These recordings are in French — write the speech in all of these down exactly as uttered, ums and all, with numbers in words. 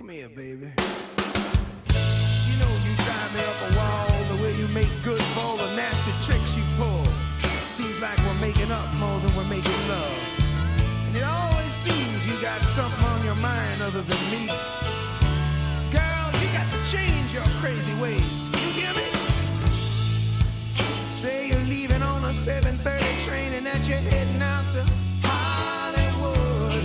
Come here, baby. You know you drive me up a wall, the way you make good for all the nasty tricks you pull. Seems like we're making up more than we're making love. And it always seems you got something on your mind other than me. Girl, you got to change your crazy ways. You hear me? Say you're leaving on a seven thirty train and that you're heading out to Hollywood.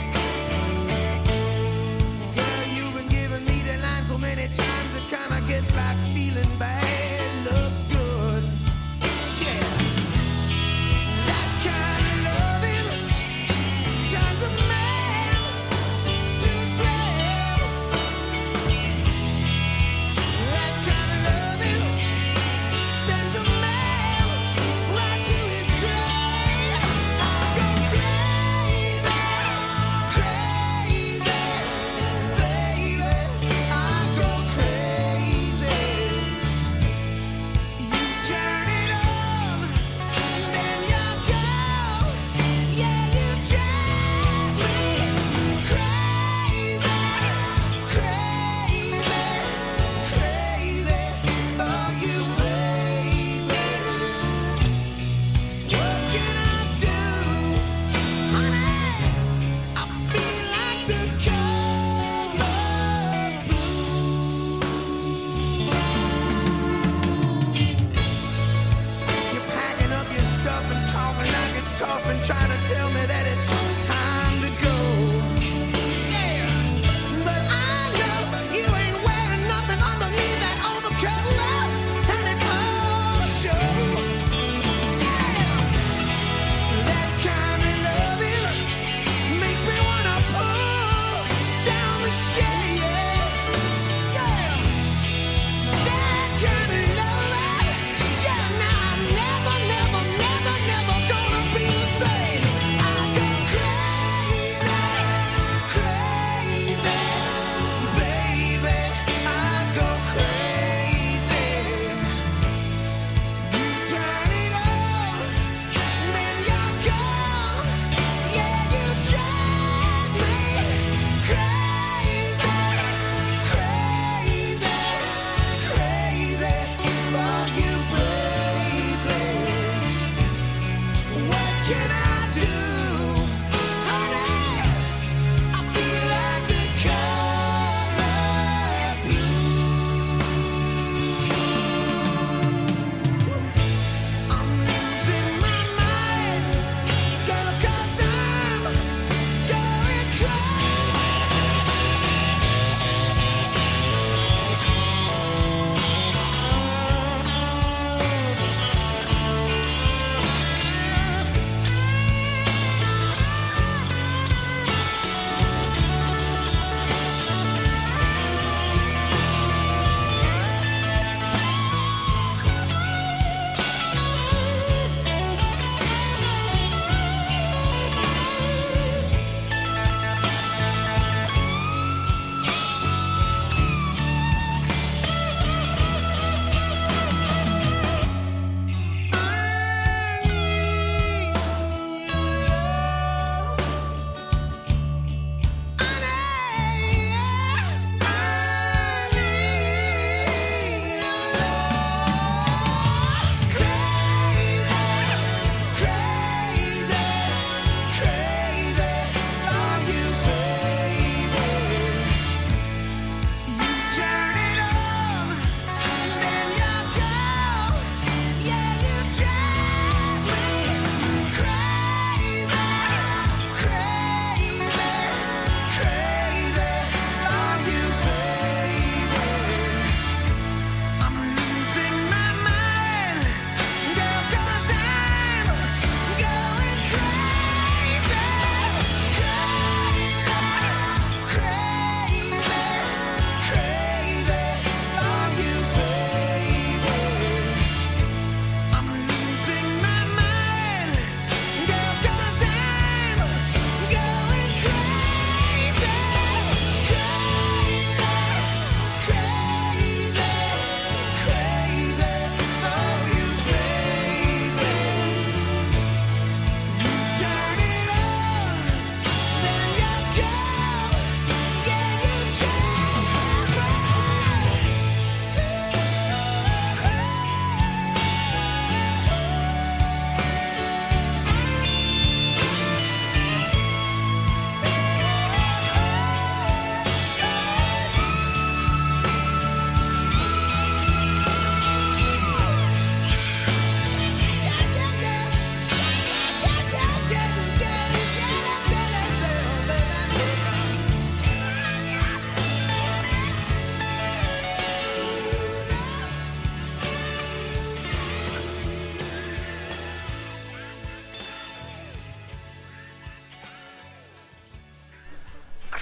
Girl, you've been giving me the line so many times it kinda gets like feeling bad looks good. Yeah, that kind of loving turns a man to a slave. That kind of loving sends a man right to his grave. I go crazy, crazy, baby. I go crazy. You turn it on, then you go. Yeah, you drive me crazy, crazy, crazy. Oh, you baby. What can I do, honey? I feel like the color blue. You're packing up your stuff and talking like it's tough and trying to tell me that it's time to go. Yeah, but I know you ain't wearing nothing underneath that overcoat, and it's all show. Yeah, that kind of loving makes me wanna pull down the shade. Yeah, that kind of loving. Yeah, now I'm never, never, never, never gonna be the same. I go crazy, crazy, baby. I go crazy. You turn it on, then you're gone. Yeah, you drive me crazy, crazy, crazy for you, baby. What can I do, honey? I feel like the color blue. I'm losing my mind, girl, 'cause I'm going crazy.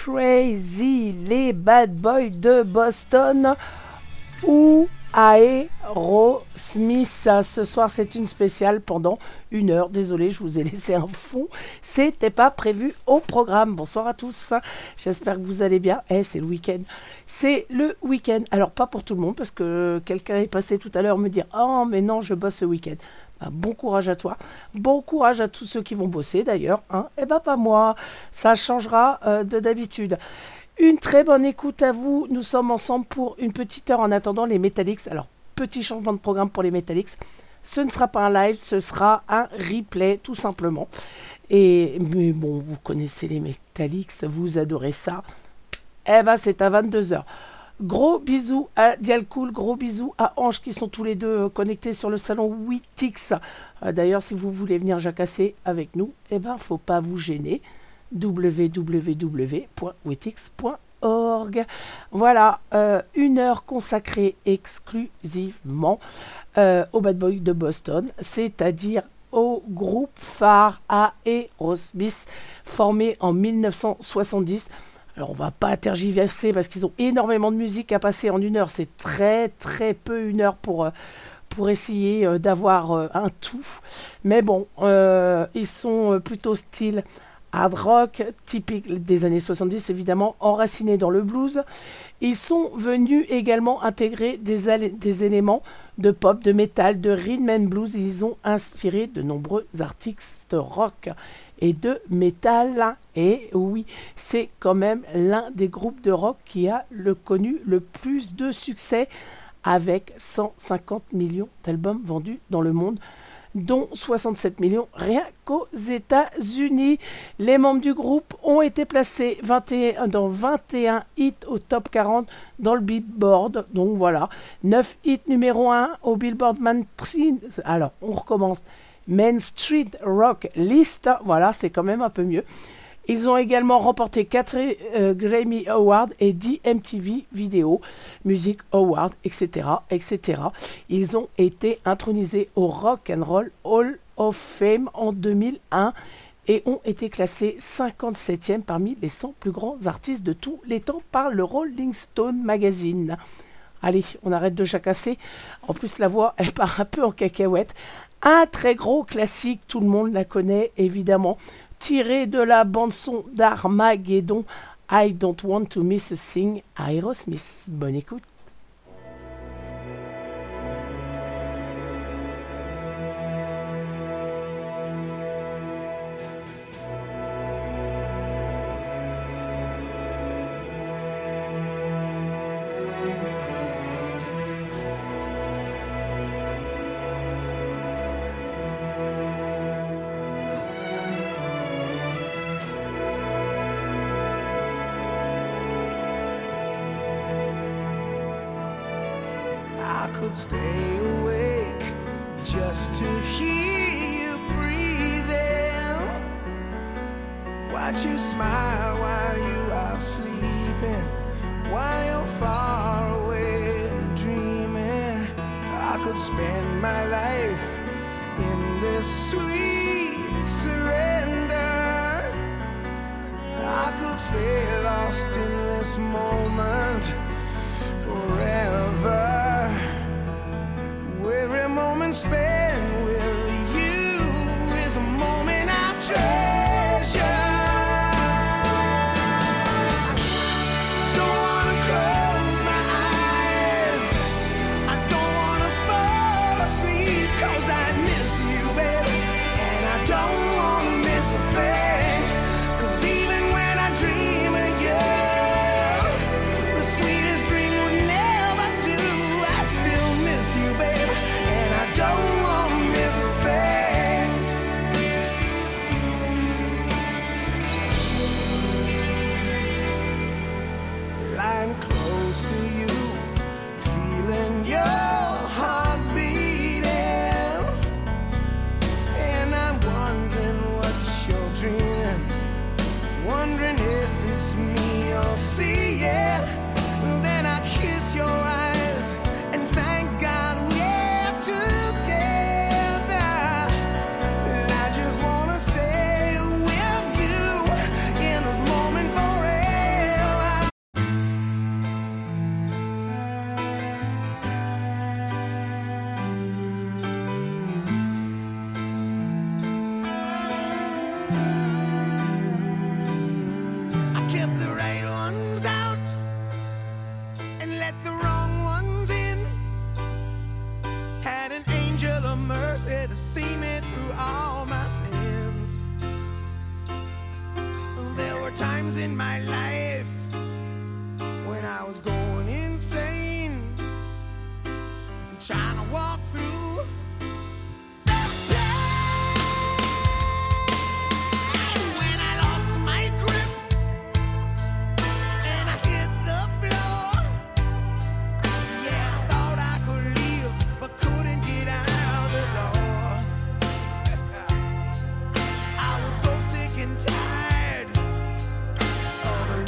Crazy, les Bad Boys de Boston ou Aerosmith. Ce soir, c'est une spéciale pendant une heure. Désolé, je vous ai laissé un fond. C'était pas prévu au programme. Bonsoir à tous. J'espère que vous allez bien. Eh, c'est le week-end. C'est le week-end. Alors, pas pour tout le monde, parce que quelqu'un est passé tout à l'heure me dire « Oh, mais non, je bosse ce week-end. » Ben, bon courage à toi. Bon courage à tous ceux qui vont bosser, d'ailleurs. Hein. Eh ben, pas moi. Ça changera euh, de d'habitude. Une très bonne écoute à vous. Nous sommes ensemble pour une petite heure en attendant les Metallics. Alors, petit changement de programme pour les Metallics. Ce ne sera pas un live, ce sera un replay, tout simplement. Et, mais bon, vous connaissez les Metallics, vous adorez ça. Eh ben, c'est à vingt-deux heures. Gros bisous à Dialcool, gros bisous à Ange qui sont tous les deux connectés sur le salon Witix. Euh, d'ailleurs, si vous voulez venir jacasser avec nous, eh ben, faut pas vous gêner. w w w point witix point org. Voilà, euh, une heure consacrée exclusivement euh, aux Bad Boys de Boston, c'est-à-dire au groupe phare Aerosmith, formé en mille neuf cent soixante-dix. Alors, on va pas tergiverser parce qu'ils ont énormément de musique à passer en une heure. C'est très, très peu une heure pour, euh, pour essayer euh, d'avoir euh, un tout. Mais bon, euh, ils sont euh, plutôt style hard rock, typique des années soixante-dix, évidemment, enracinés dans le blues. Ils sont venus également intégrer des, al- des éléments de pop, de métal, de rhythm and blues. Ils ont inspiré de nombreux artistes rock et de métal. Et oui, c'est quand même l'un des groupes de rock qui a le connu le plus de succès, avec cent cinquante millions d'albums vendus dans le monde, dont soixante-sept millions rien qu'aux États-Unis. Les membres du groupe ont été placés vingt et un, dans vingt et un hits au top quarante dans le Billboard. Donc voilà, neuf hits numéro un au Billboard Man Street. Alors, on recommence. Main Street Rock List. Voilà, c'est quand même un peu mieux. Ils ont également remporté quatre euh, Grammy Awards et dix M T V Video Music Awards, et cetera, et cetera. Ils ont été intronisés au Rock and Roll Hall of Fame en deux mille un et ont été classés cinquante-septième parmi les cent plus grands artistes de tous les temps par le Rolling Stone Magazine. Allez, on arrête de jacasser. En plus, la voix, elle part un peu en cacahuète. Un très gros classique, tout le monde la connaît évidemment, tiré de la bande-son d'Armageddon, I Don't Want to Miss a Thing, Aerosmith. Bonne écoute. Stay awake just to hear you breathing. Watch you smile while you are sleeping, while you're far away and dreaming. I could spend my life in this sweet surrender. I could stay lost in this moment forever. Every moment spent with you is a moment I treasure. Don't wanna close my eyes, I don't wanna fall asleep, 'cause I mercy to see me through all my sins. There were times in my life when I was going insane, trying to walk through the pain. When I lost my grip and I hit the floor, yeah, I thought I could leave, but couldn't get out the door. I was so sick and tired of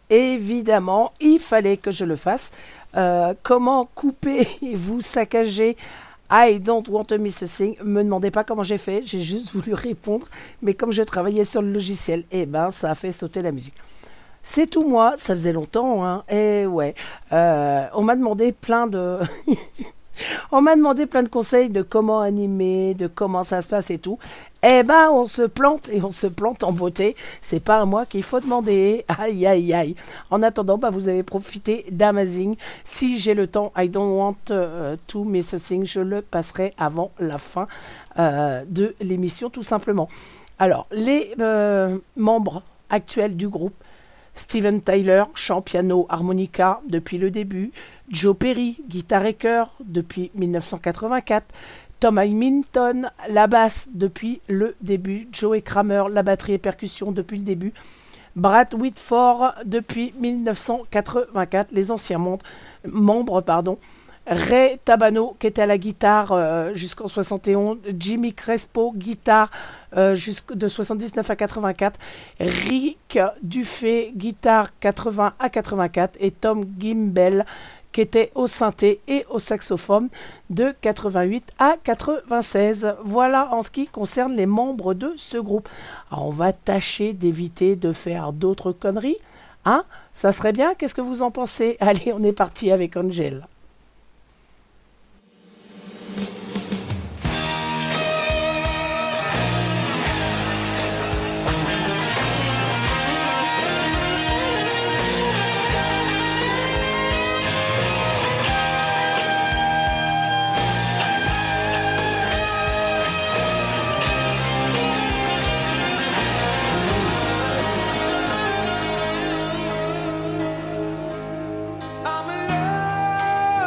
évidemment, il fallait que je le fasse. Euh, comment couper et vous saccager I don't want to miss a thing. Me demandez pas comment j'ai fait, j'ai juste voulu répondre, mais comme je travaillais sur le logiciel, eh ben ça a fait sauter la musique. C'est tout moi, ça faisait longtemps, hein. Et ouais, euh, on m'a demandé plein de, on m'a demandé plein de conseils de comment animer, de comment ça se passe et tout. Eh ben, on se plante et on se plante en beauté. C'est pas à moi qu'il faut demander. Aïe, aïe, aïe. En attendant, bah, vous avez profité d'Amazing. Si j'ai le temps, I don't want uh, to miss a thing, je le passerai avant la fin euh, de l'émission, tout simplement. Alors, les euh, membres actuels du groupe, Steven Tyler, chant, piano, harmonica depuis le début. Joe Perry, guitare et chœur depuis dix-neuf cent quatre-vingt-quatre. Tom Hamilton, la basse depuis le début. Joey Kramer, la batterie et percussion depuis le début. Brad Whitford depuis dix-neuf cent quatre-vingt-quatre, les anciens membres. membres pardon. Ray Tabano qui était à la guitare euh, jusqu'en soixante et onze. Jimmy Crespo, guitare euh, de soixante-dix-neuf à quatre-vingt-quatre. Rick Dufay, guitare quatre-vingts à quatre-vingt-quatre. Et Tom Gimbel, qui était au synthé et au saxophone de quatre-vingt-huit à quatre-vingt-seize. Voilà en ce qui concerne les membres de ce groupe. Alors on va tâcher d'éviter de faire d'autres conneries. Hein? Ça serait bien, qu'est-ce que vous en pensez? Allez, on est parti avec Angel. I'm in love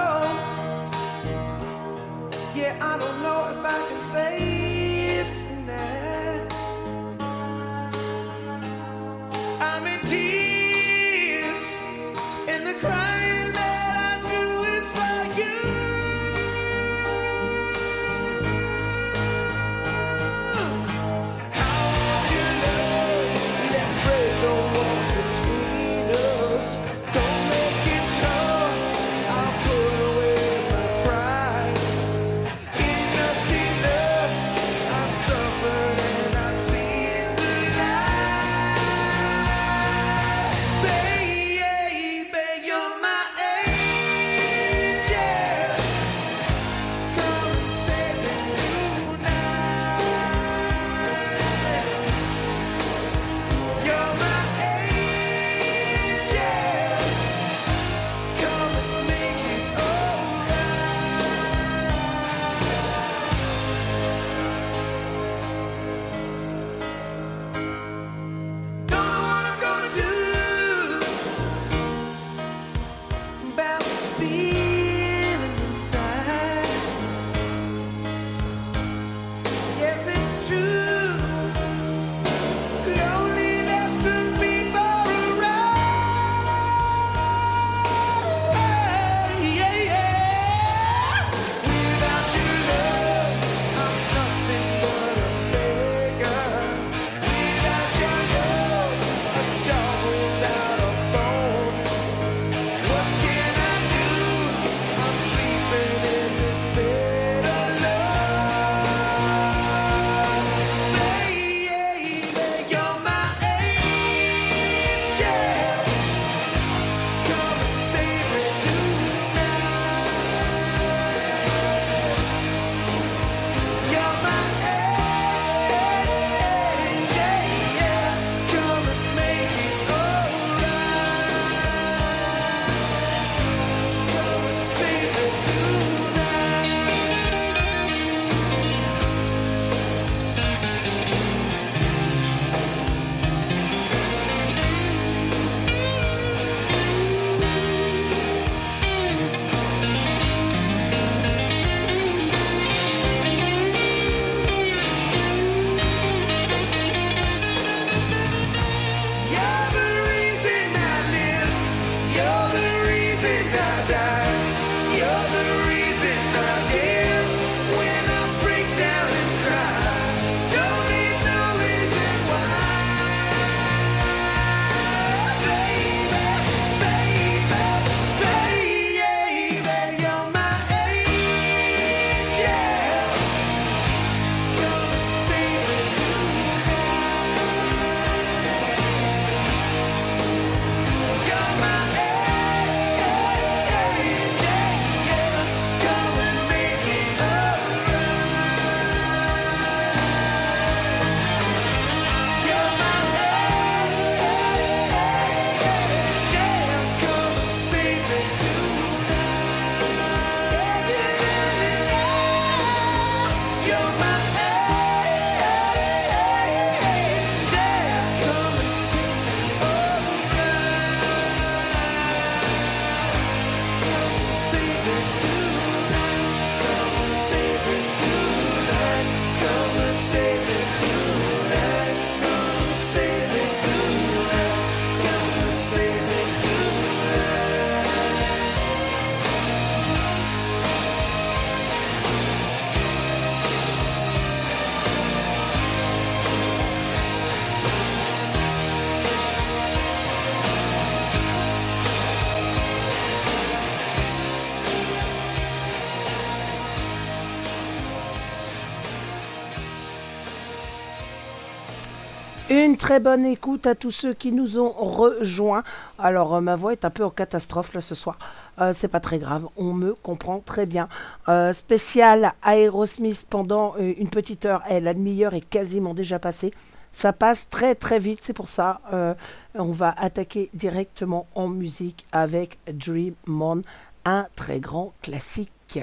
Une très bonne écoute à tous ceux qui nous ont rejoints. Alors, euh, ma voix est un peu en catastrophe là ce soir. Euh, c'est pas très grave, on me comprend très bien. Euh, spécial Aerosmith pendant euh, une petite heure. Eh, la demi-heure est quasiment déjà passée. Ça passe très très vite, c'est pour ça. Euh, on va attaquer directement en musique avec Dream On, un très grand classique.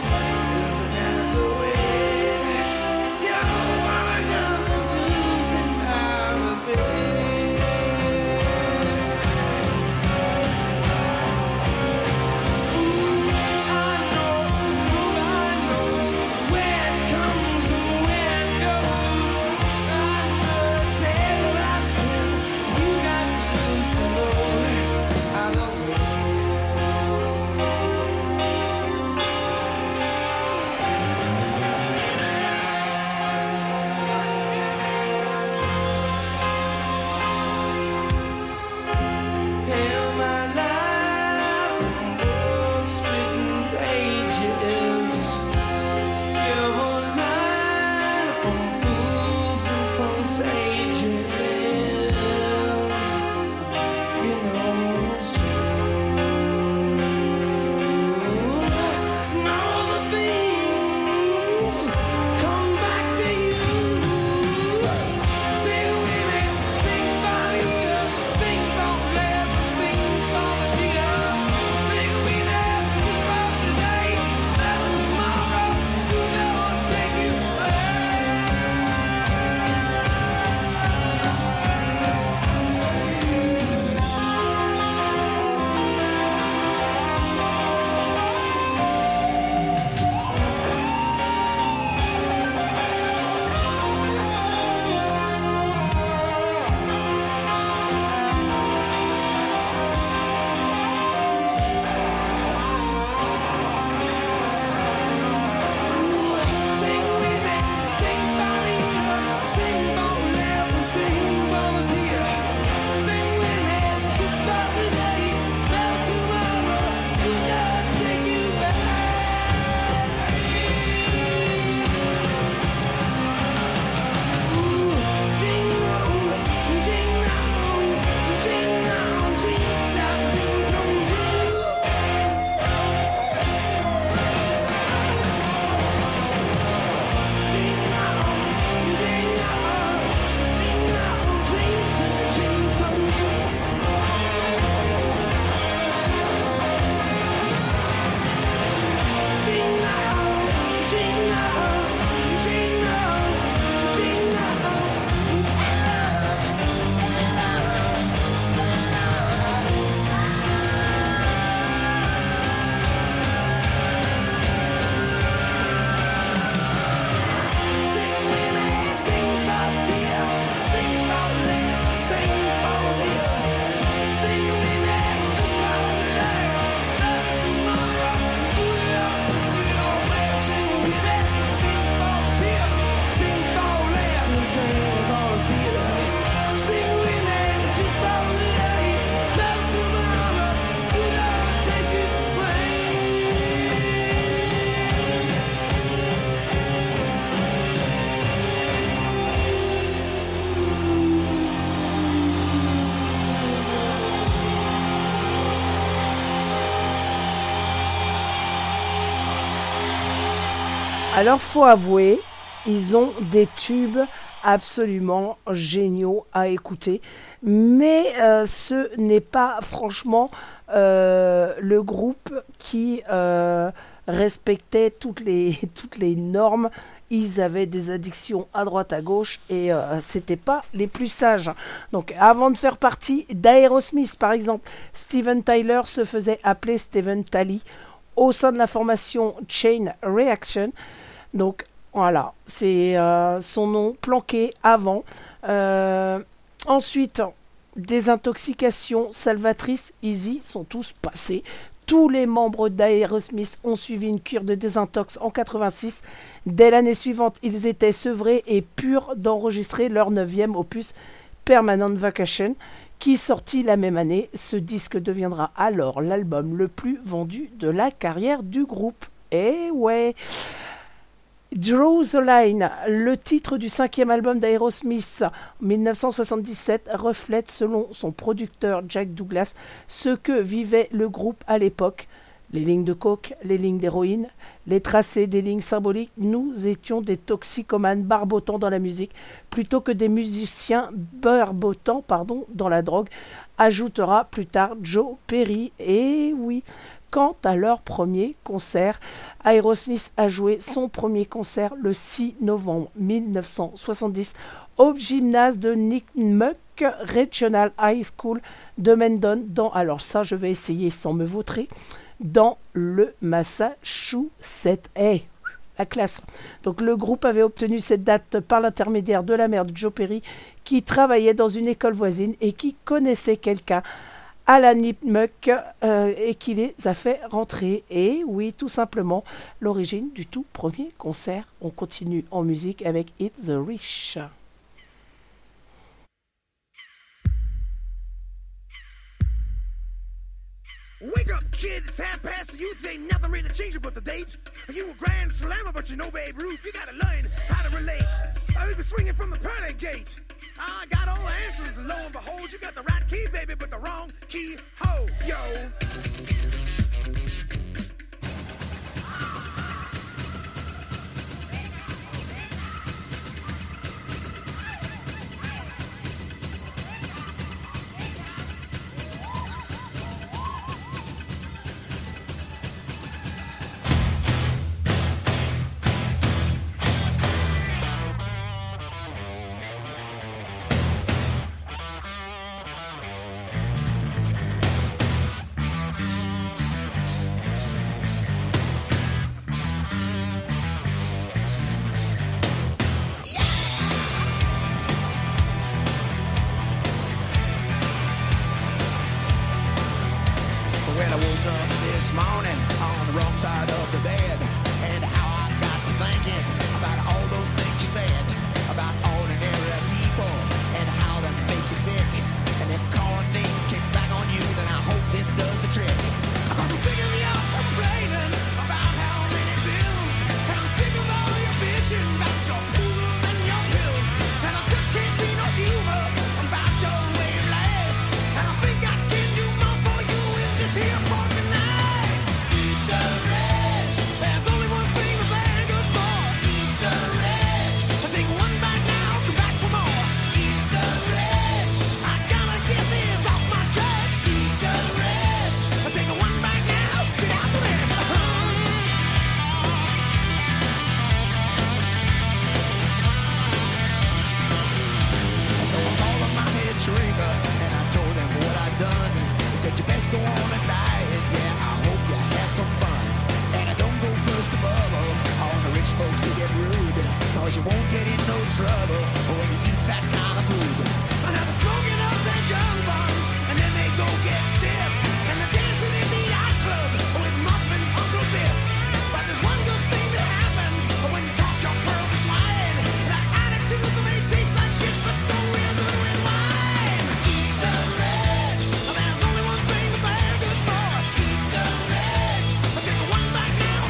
There's a Alors, faut avouer, ils ont des tubes absolument géniaux à écouter, mais euh, ce n'est pas franchement euh, le groupe qui euh, respectait toutes les, toutes les normes. Ils avaient des addictions à droite à gauche et euh, c'était pas les plus sages. Donc avant de faire partie d'Aerosmith par exemple, Steven Tyler se faisait appeler Steven Talley au sein de la formation Chain Reaction. Donc voilà, c'est euh, son nom planqué avant. Euh, ensuite, désintoxication salvatrice, Easy sont tous passés. Tous les membres d'Aerosmith ont suivi une cure de désintox en quatre-vingt-six. Dès l'année suivante, ils étaient sevrés et purs d'enregistrer leur neuvième opus Permanent Vacation, qui sortit la même année. Ce disque deviendra alors l'album le plus vendu de la carrière du groupe. Eh ouais! Draw the Line, le titre du cinquième album d'Aerosmith mille neuf cent soixante-dix-sept, reflète selon son producteur Jack Douglas ce que vivait le groupe à l'époque. Les lignes de coke, les lignes d'héroïne, les tracés des lignes symboliques, nous étions des toxicomanes barbotants dans la musique plutôt que des musiciens barbotants pardon, dans la drogue, ajoutera plus tard Joe Perry. Et oui, quant à leur premier concert, Aerosmith a joué son premier concert le six novembre mille neuf cent soixante-dix au gymnase de Nipmuc Regional High School de Mendon dans, alors ça je vais essayer sans me vautrer, dans le Massachusetts. Hey, la classe. Donc le groupe avait obtenu cette date par l'intermédiaire de la mère de Joe Perry qui travaillait dans une école voisine et qui connaissait quelqu'un à la Nipmuc euh, et qui les a fait rentrer. Et oui, tout simplement, l'origine du tout premier concert. On continue en musique avec It's the Rich. Wake up, kid, it's half past the youth. Ain't nothing really changing but the dates. You a grand slammer, but you know Babe Ruth. You gotta learn how to relate. I've been swinging from the pearly gate. I got all the answers, and lo and behold, you got the right key, baby, but the wrong key. Ho, yo.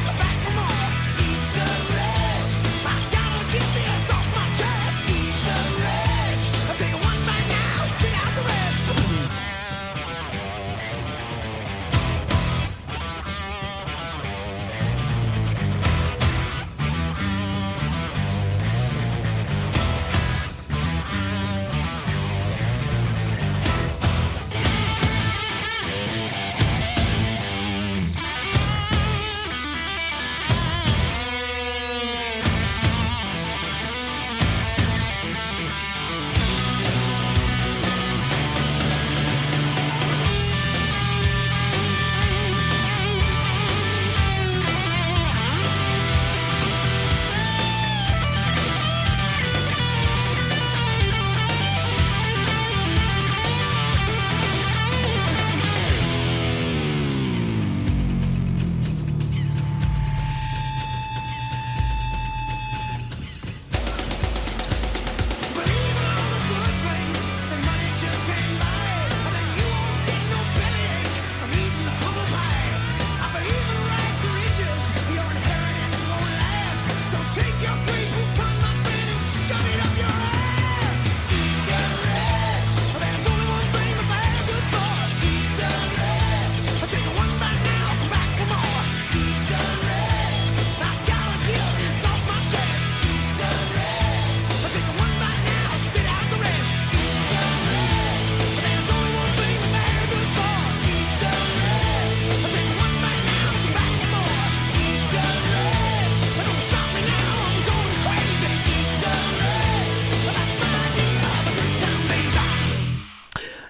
Get this off my chest.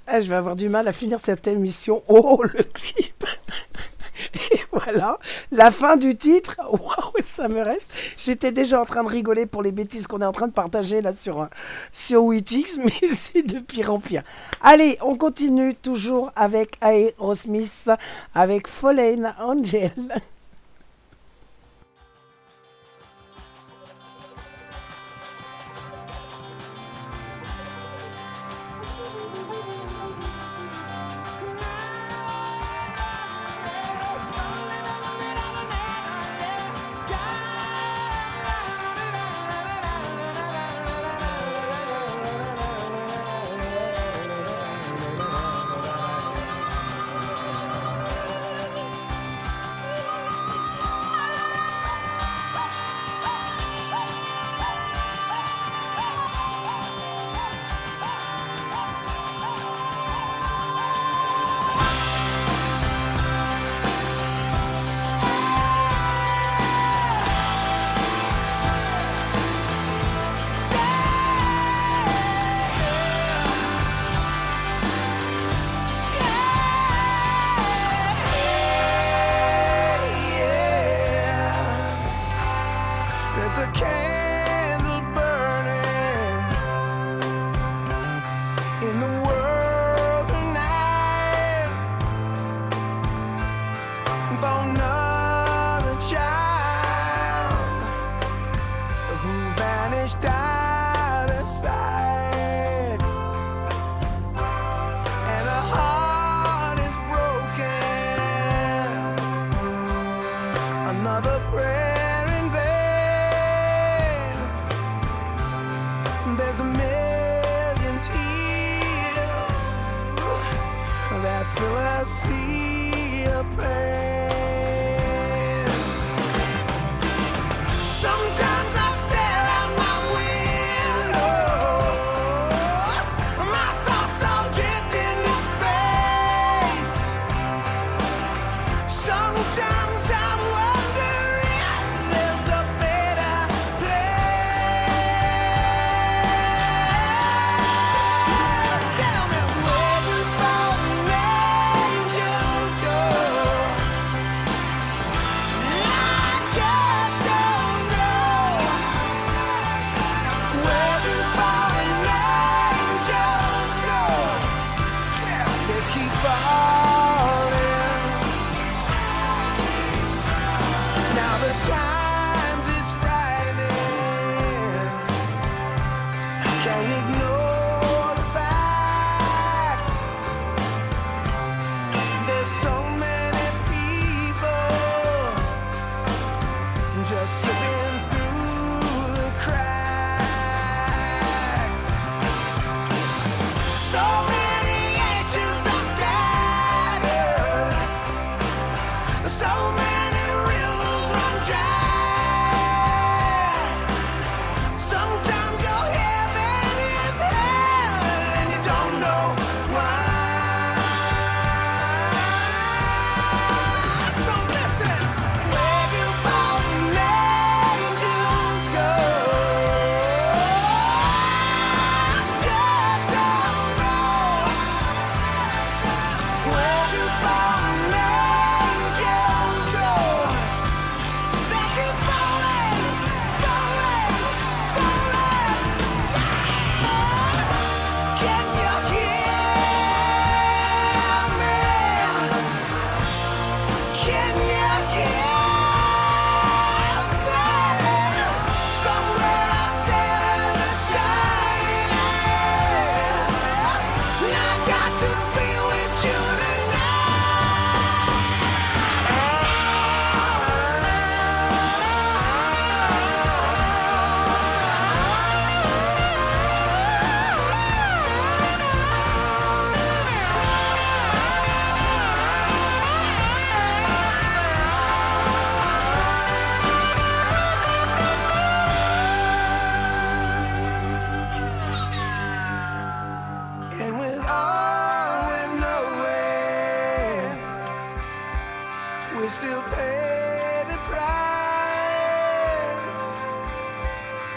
Ah, je vais avoir du mal à finir cette émission. Oh, le clip. Et voilà, la fin du titre. Waouh, ça me reste. J'étais déjà en train de rigoler pour les bêtises qu'on est en train de partager là sur, sur huit X, mais c'est de pire en pire. Allez, on continue toujours avec Aerosmith, avec Fallen Angel.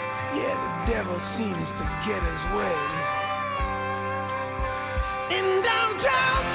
Seems to get his way. And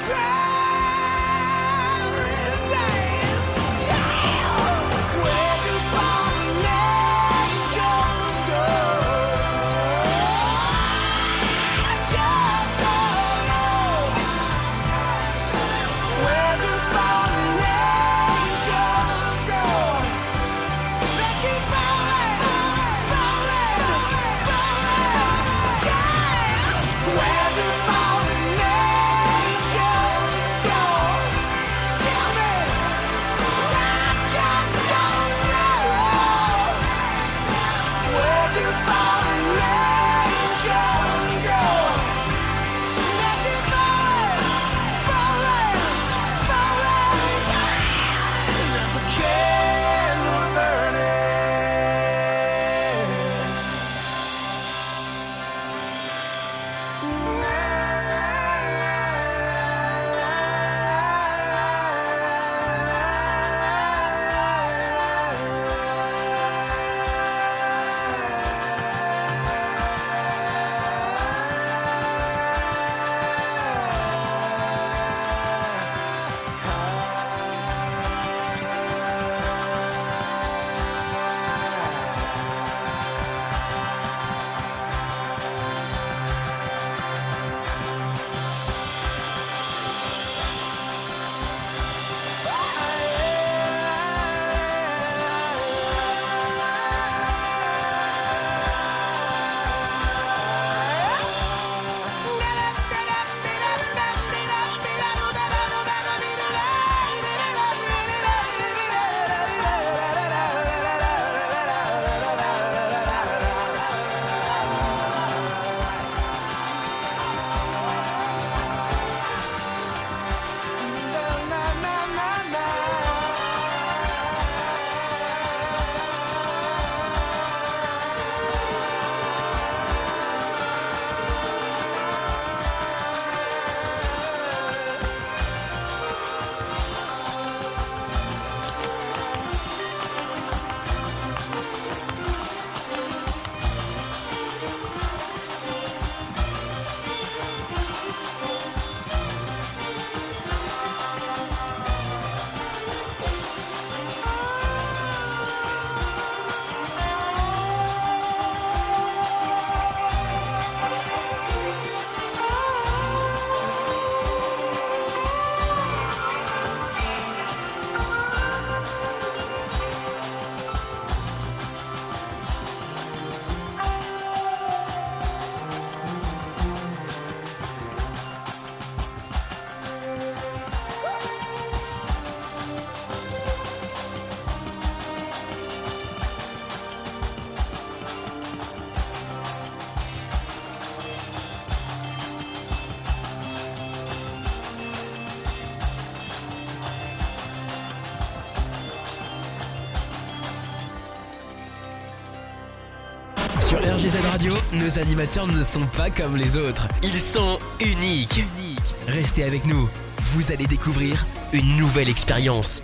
Sur R G Z Radio, nos animateurs ne sont pas comme les autres. Ils sont uniques. Restez avec nous, vous allez découvrir une nouvelle expérience.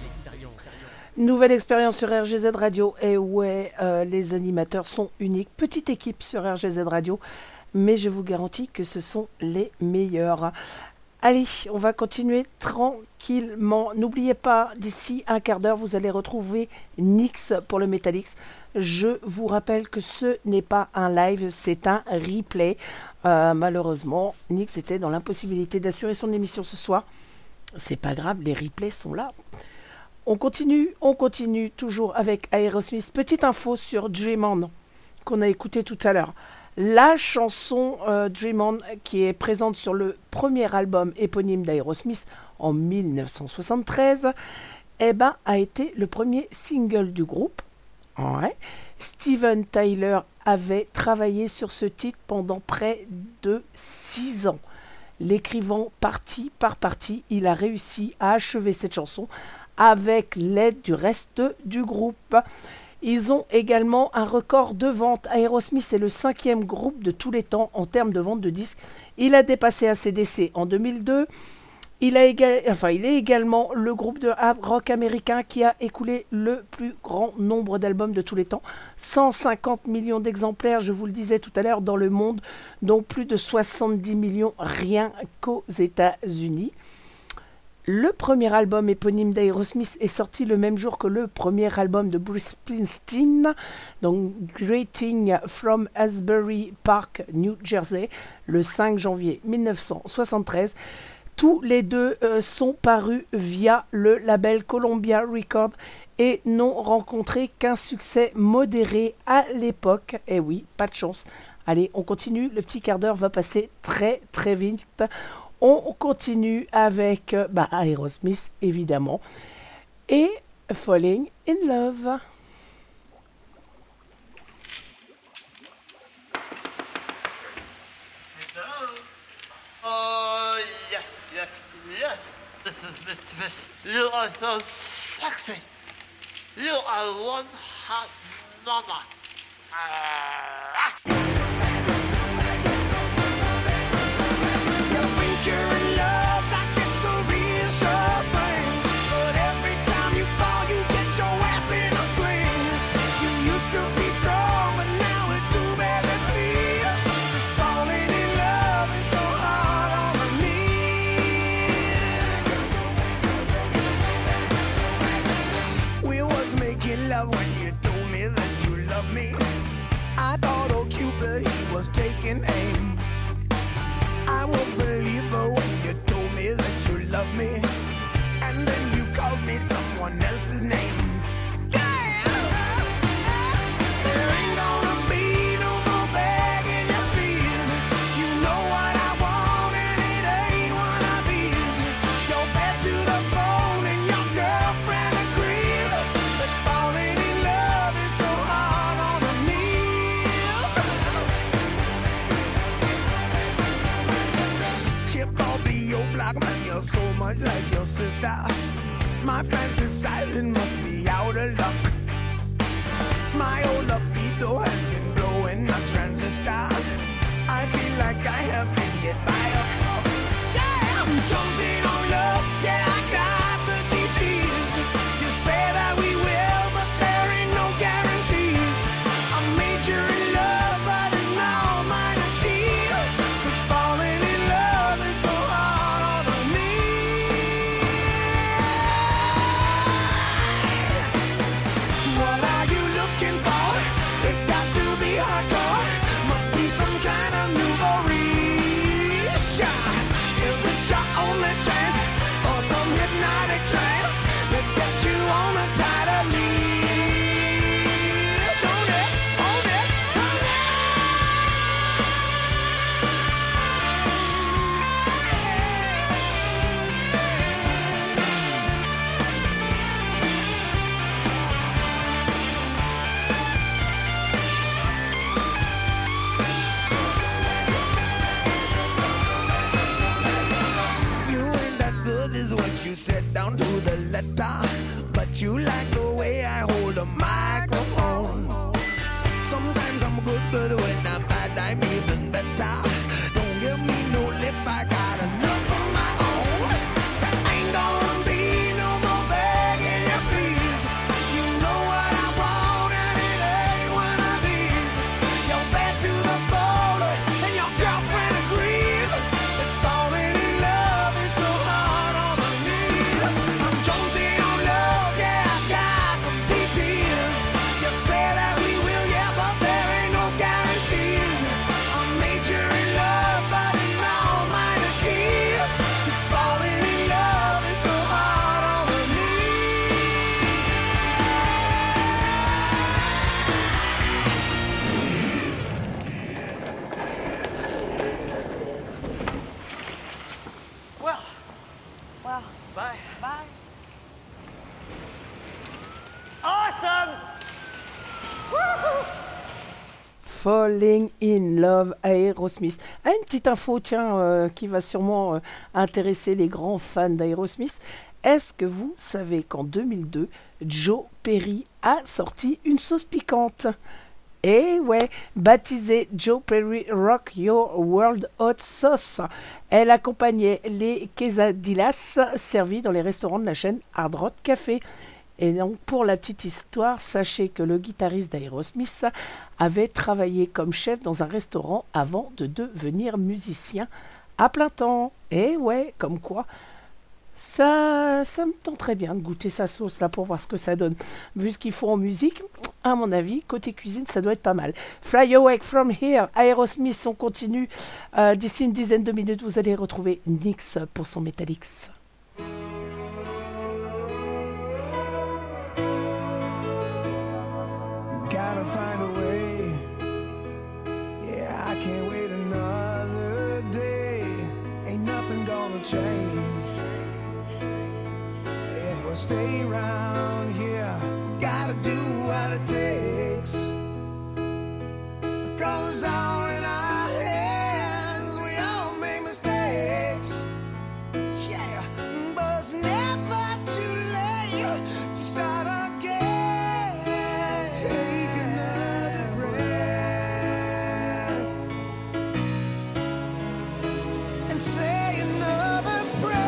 Nouvelle expérience sur R G Z Radio. Et ouais, euh, les animateurs sont uniques. Petite équipe sur R G Z Radio, mais je vous garantis que ce sont les meilleurs. Allez, on va continuer tranquillement. N'oubliez pas, d'ici un quart d'heure, vous allez retrouver Nix pour le Metalix. Je vous rappelle que ce n'est pas un live, c'est un replay. Euh, malheureusement, Nix était dans l'impossibilité d'assurer son émission ce soir. C'est pas grave, les replays sont là. On continue, on continue toujours avec Aerosmith. Petite info sur Dream On qu'on a écouté tout à l'heure. La chanson euh, Dream On qui est présente sur le premier album éponyme d'Aerosmith en mille neuf cent soixante-treize eh ben, a été le premier single du groupe. Ouais. Steven Tyler avait travaillé sur ce titre pendant près de six ans. L'écrivant partie par partie, il a réussi à achever cette chanson avec l'aide du reste du groupe. Ils ont également un record de vente. Aerosmith est le cinquième groupe de tous les temps en termes de vente de disques. Il a dépassé A C D C en deux mille deux. Il, a éga... enfin, il est également le groupe de hard rock américain qui a écoulé le plus grand nombre d'albums de tous les temps. cent cinquante millions d'exemplaires, je vous le disais tout à l'heure, dans le monde, dont plus de soixante-dix millions rien qu'aux États-Unis. Le premier album éponyme d'Aerosmith est sorti le même jour que le premier album de Bruce Springsteen, donc Greeting from Asbury Park, New Jersey, le cinq janvier mille neuf cent soixante-treize. Tous les deux euh, sont parus via le label Columbia Records et n'ont rencontré qu'un succès modéré à l'époque. Eh oui, pas de chance. Allez, on continue, le petit quart d'heure va passer très très vite. On continue avec bah, Aerosmith, évidemment, et Falling in Love. Oh, yes, yes, yes. This is Miss Smith. You are so sexy. You are one hot mama. Ah. Taking aim. I won't believe her when you told me that you love me, and then you called me someone else's name. Yeah! There ain't gonna be no more begging your please. You know what I want and it ain't one of these. You're bed to the bone and your girlfriend agrees, but falling in love is so hard on the knees. Chip off the old block, man, you're so much like your sister. My fantasizing must be out of luck. My old libido has been blowing a transistor. I feel like I have been hit by a truck. Yeah, I'm jonesing on love, yeah, I got the details. You say that we will, but there ain't no guarantees. I'm major in love, but it's now minor key. 'Cause falling in love is so hard on the knees. What are you looking for? It's got to be hardcore. Must be some kind of nouveau riche. Is this your only chance or some hypnotic trance? Let's get you on a tighter leash. Hold it, hold it, hold it. You ain't that good is what you said down to the letter. But you like the way I hold a microphone. Sometimes I'm good, but when I'm bad, I'm even better. Don't give me no lip, I got enough of my own. There ain't gonna be no more begging you, please. You know what I want, and it ain't one of these. You're bed to the bone, and your girlfriend agrees. That falling in love is so hard on the knees. I'm jonesing on love, yeah, I got the details. You say that we will, yeah, but there ain't no guarantees. I'm major in love, but it's all minor keys. 'Cause falling in love is so hard on the Well, Well, bye. bye. Awesome! Falling in Love, Aerosmith. Ah, une petite info, tiens, euh, qui va sûrement euh, intéresser les grands fans d'Aerosmith. Est-ce que vous savez qu'en deux mille deux, Joe Perry a sorti une sauce piquante? Eh ouais, baptisée Joe Perry Rock Your World Hot Sauce. Elle accompagnait les quesadillas servis dans les restaurants de la chaîne Hard Rock Café. Et donc, pour la petite histoire, sachez que le guitariste d'Aerosmith avait travaillé comme chef dans un restaurant avant de devenir musicien à plein temps. Et ouais, comme quoi, Ça, ça me tente très bien de goûter sa sauce là pour voir ce que ça donne. Vu ce qu'il faut en musique, à mon avis, côté cuisine, ça doit être pas mal. Fly Away From Here, Aerosmith, on continue. Euh, d'ici une dizaine de minutes, vous allez retrouver Nix pour son Metallics. Gotta find a way. Yeah, I can't wait another day. Ain't nothing gonna change. If we stay around here, we gotta do what it takes. Cause it's all in our hands, we all make mistakes. Yeah, but it's never too late to start again. Take another breath and say another prayer.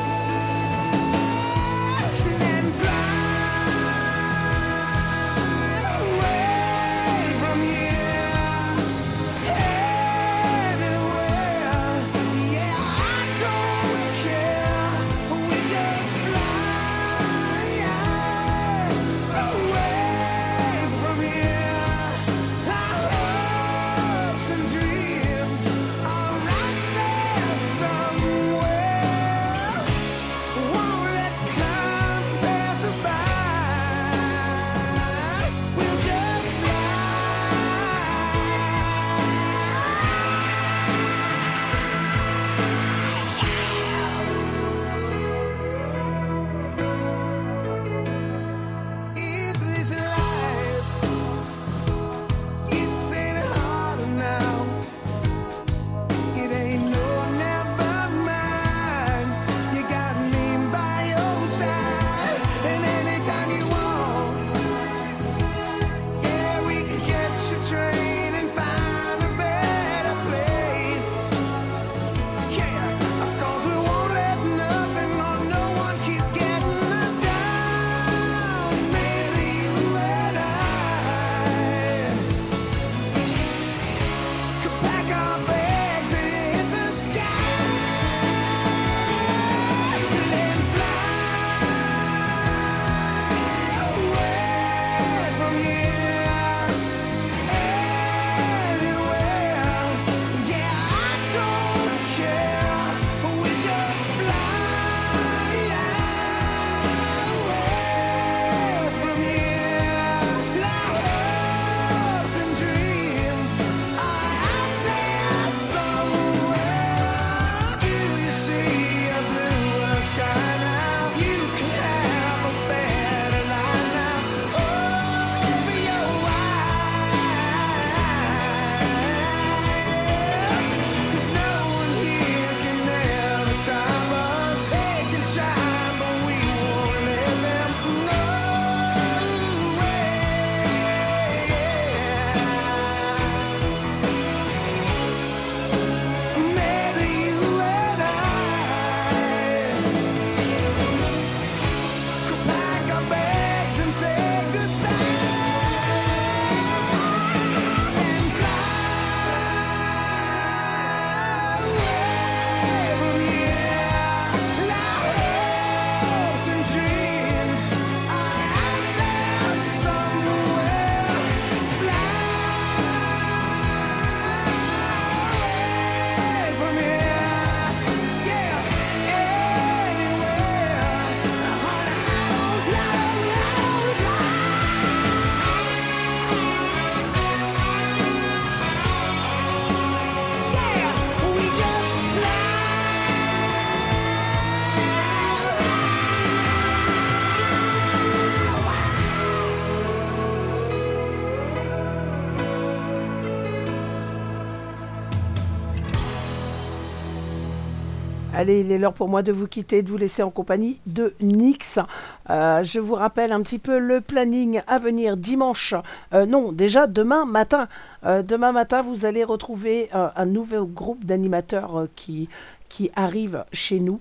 Allez, il est l'heure pour moi de vous quitter, de vous laisser en compagnie de Nix. Euh, je vous rappelle un petit peu le planning à venir dimanche. Euh, non, déjà demain matin. Euh, demain matin, vous allez retrouver euh, un nouveau groupe d'animateurs euh, qui... qui arrive chez nous.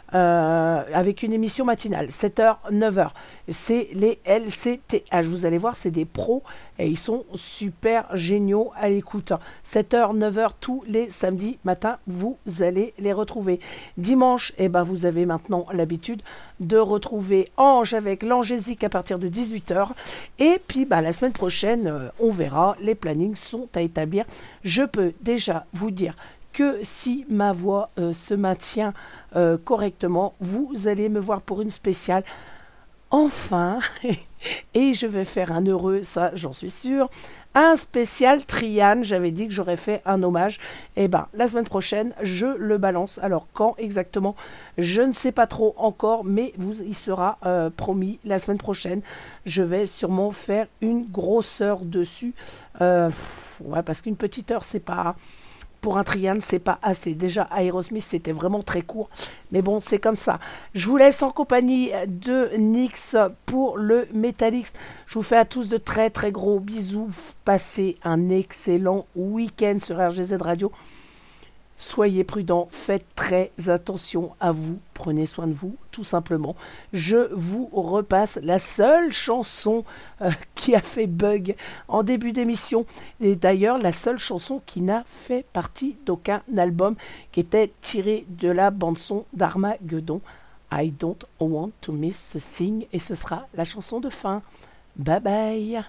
euh, avec une émission matinale, sept heures, neuf heures. C'est les L C T H. Vous allez voir, c'est des pros et ils sont super géniaux à l'écoute. sept heures, neuf heures tous les samedis matin, vous allez les retrouver. Dimanche, eh ben, vous avez maintenant l'habitude de retrouver Ange avec l'Angésique à partir de dix-huit heures. Et puis bah, la semaine prochaine, euh, on verra, les plannings sont à établir. Je peux déjà vous dire que si ma voix euh, se maintient euh, correctement, vous allez me voir pour une spéciale. Enfin, et je vais faire un heureux, ça j'en suis sûre, un spécial Trianne. J'avais dit que j'aurais fait un hommage. Et ben la semaine prochaine, je le balance. Alors quand exactement, je ne sais pas trop encore, mais vous, il sera euh, promis la semaine prochaine. Je vais sûrement faire une grosse heure dessus. Euh, pff, ouais, parce qu'une petite heure, c'est pas... Pour un Trianne, c'est pas assez. Déjà, Aerosmith, c'était vraiment très court. Mais bon, c'est comme ça. Je vous laisse en compagnie de Nyx pour le Metallix. Je vous fais à tous de très très gros bisous. Passez un excellent week-end sur R G Z Radio. Soyez prudents, faites très attention à vous, prenez soin de vous, tout simplement. Je vous repasse la seule chanson euh, qui a fait bug en début d'émission, et d'ailleurs la seule chanson qui n'a fait partie d'aucun album, qui était tirée de la bande-son d'Armageddon, I Don't Want to Miss a Thing, et ce sera la chanson de fin. Bye bye.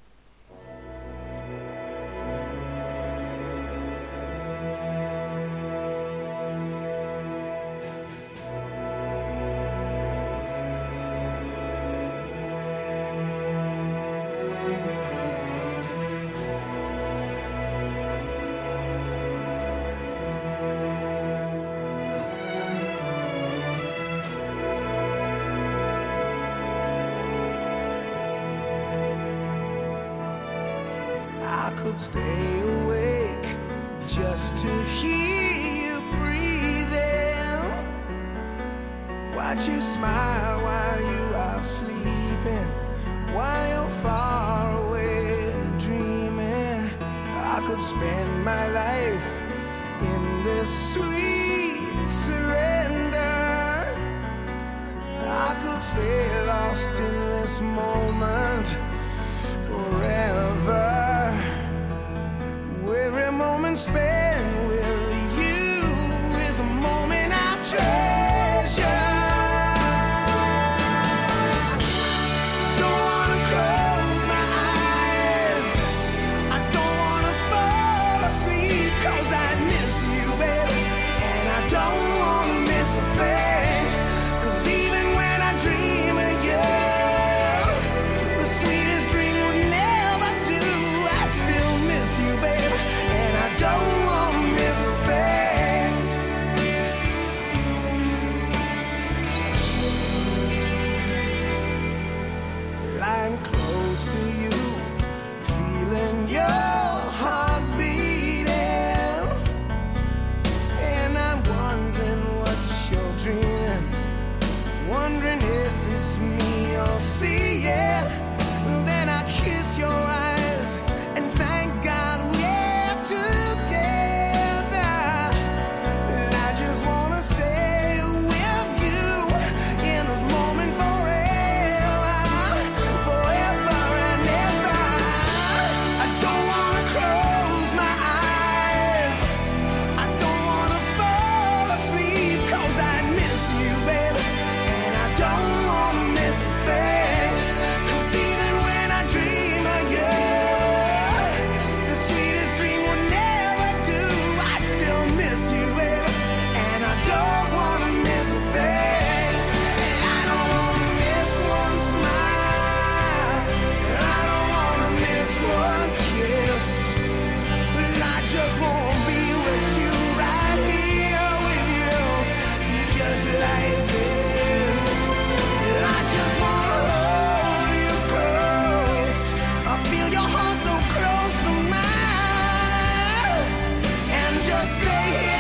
Stay awake just to hear you breathing. Watch you smile while you are sleeping, while you're far away and dreaming. I could spend my life in this sweet surrender. I could stay lost in this moment forever. Every moment spent with you is a moment I treasure. Don't wanna close my eyes, I don't wanna fall asleep, 'cause I miss you, baby, and I don't wanna miss a thing. 'Cause even when I dream of you, the sweetest dream would never do. I'd still miss you, baby. Don't want to miss a thing. Lying close to you, feeling your heart beating, and I'm wondering what you're dreaming, wondering if it's me you're seeing. Then I kiss your eyes and thank God we stay here.